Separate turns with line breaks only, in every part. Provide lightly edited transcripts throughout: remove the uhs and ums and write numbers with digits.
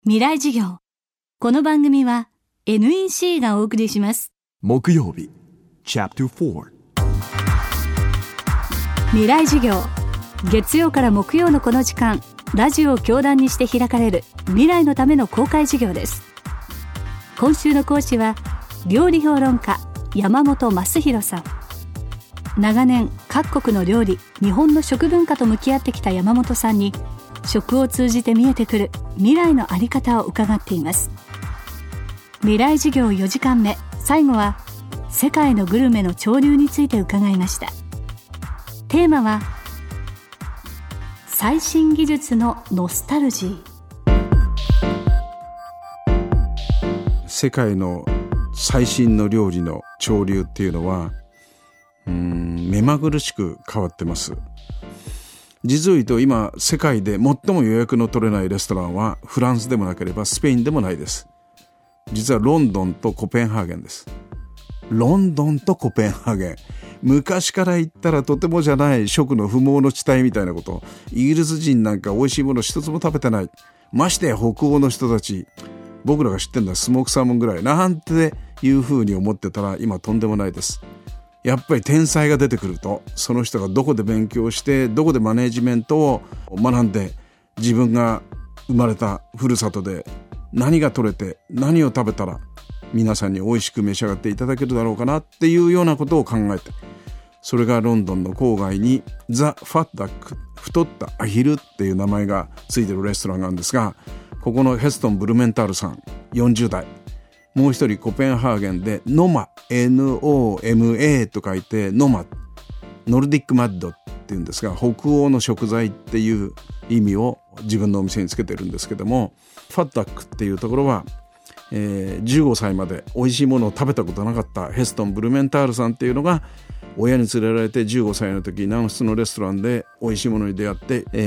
未来授業。この番組は NEC がお送りします。
木曜日、Chapter 4。
未来授業。月曜から木曜のこの時間、ラジオを教壇にして開かれる未来のための公開授業です。今週の講師は料理評論家山本正弘さん。長年各国の料理、日本の食文化と向き合ってきた山本さんに、食を通じて見えてくる未来のあり方を伺っています。未来授業4時間目、最後は世界のグルメの潮流について伺いました。テーマは最新技術のノスタルジー。
世界の最新の料理の潮流っていうのは目まぐるしく変わってます。実を言うと今世界で最も予約の取れないレストランはフランスでもなければスペインでもないです。実はロンドンとコペンハーゲンです。ロンドンとコペンハーゲン、昔から言ったらとてもじゃない食の不毛の地帯みたいなこと。イギリス人なんか美味しいもの一つも食べてない、ましてや北欧の人たち、僕らが知ってるのはスモークサーモンぐらいなんていうふうに思ってたら、今とんでもないです。やっぱり天才が出てくると、その人がどこで勉強してどこでマネジメントを学んで、自分が生まれたふるさとで何が取れて何を食べたら皆さんに美味しく召し上がっていただけるだろうかなっていうようなことを考えて、それがロンドンの郊外にザ・ファッダック、太ったアヒルっていう名前がついてるレストランがあるんですが、ここのヘストン・ブルメンタールさん40代、もう一人コペンハーゲンでノマ、NOMA と書いてノマ、ノルディックマッドっていうんですが、北欧の食材っていう意味を自分のお店につけてるんですけども、ファッダックっていうところは、15歳まで美味しいものを食べたことなかったヘストン・ブルメンタールさんっていうのが、親に連れられて15歳の時南仏のレストランで美味しいものに出会って、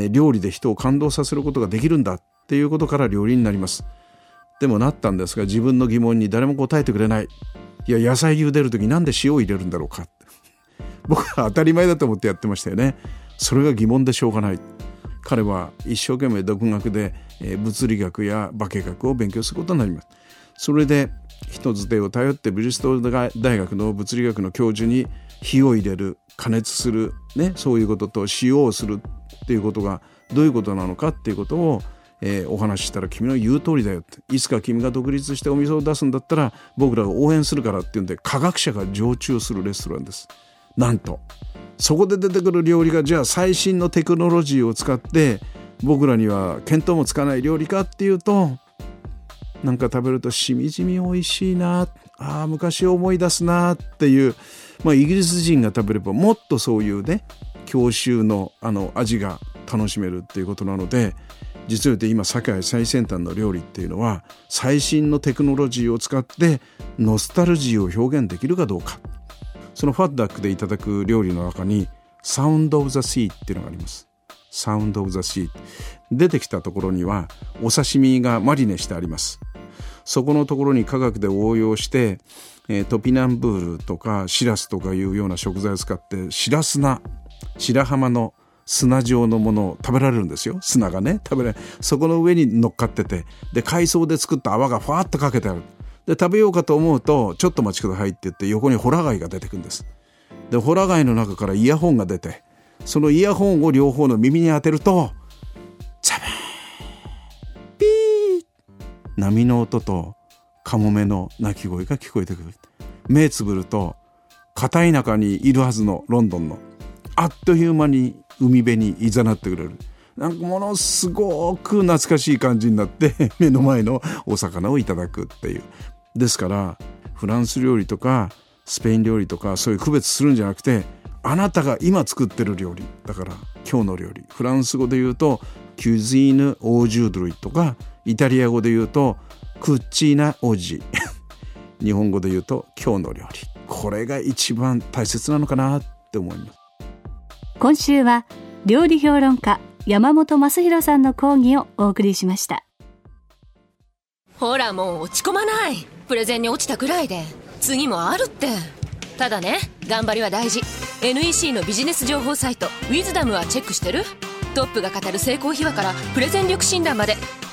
料理で人を感動させることができるんだっていうことから料理になります。でもなったんですが、自分の疑問に誰も答えてくれない。いや、野菜茹でる時なんで塩を入れるんだろうかって僕は当たり前だと思ってやってましたよね。それが疑問でしょうがない。彼は一生懸命独学で物理学や化学を勉強することになります。それで人づてを頼ってブリストル大学の物理学の教授に火を入れる、加熱する、そういうことと塩をするっていうことがどういうことなのかっていうことをお話ししたら、君の言う通りだよって、いつか君が独立してお店を出すんだったら僕らが応援するからっていうんで、科学者が常駐するレストランです。なんとそこで出てくる料理が、じゃあ最新のテクノロジーを使って僕らには見当もつかない料理かっていうと、なんか食べるとしみじみ美味しいな、昔を思い出すなっていう、イギリス人が食べればもっとそういうね、郷愁の味が楽しめるっていうことなので、実を言って今世界最先端の料理っていうのは最新のテクノロジーを使ってノスタルジーを表現できるかどうか。そのファッダックでいただく料理の中にサウンドオブザシーっていうのがあります。サウンドオブザシー、出てきたところにはお刺身がマリネしてあります。そこのところに科学で応用して、トピナンブールとかシラスとかいうような食材を使って白浜の砂状のものを食べられるんですよ。砂がね、食べられる。そこの上に乗っかってて、で海藻で作った泡がファーッとかけてある。で食べようかと思うと、ちょっとお待ちくださいって言って横にホラ貝が出てくるんです。でホラ貝の中からイヤホンが出て、そのイヤホンを両方の耳に当てると、ザバーピー、波の音とカモメの鳴き声が聞こえてくる。目つぶると片田舎にいるはずのロンドンのあっという間に海辺にいざなってくれる。なんかものすごく懐かしい感じになって目の前のお魚をいただくっていう。ですからフランス料理とかスペイン料理とかそういう区別するんじゃなくて、あなたが今作ってる料理だから今日の料理。フランス語で言うとキュジーヌ・オージュードルイとか、イタリア語で言うとクッチーナ・オジ日本語で言うと今日の料理。これが一番大切なのかなって思います。
今週は料理評論家山本正弘さんの講義をお送りしました。
ほらもう落ち込まない。プレゼンに落ちたくらいで次もあるって。ただね、頑張りは大事。 NEC のビジネス情報サイトウィズダムはチェックしてる？トップが語る成功秘話からプレゼン力診断まで絶対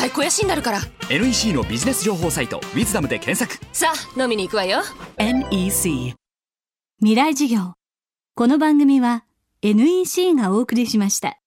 対肥やしになるから。
NEC のビジネス情報サイトウィズダムで検索。
さあ飲みに行くわよ。
NEC
未来事業。この番組は NEC がお送りしました。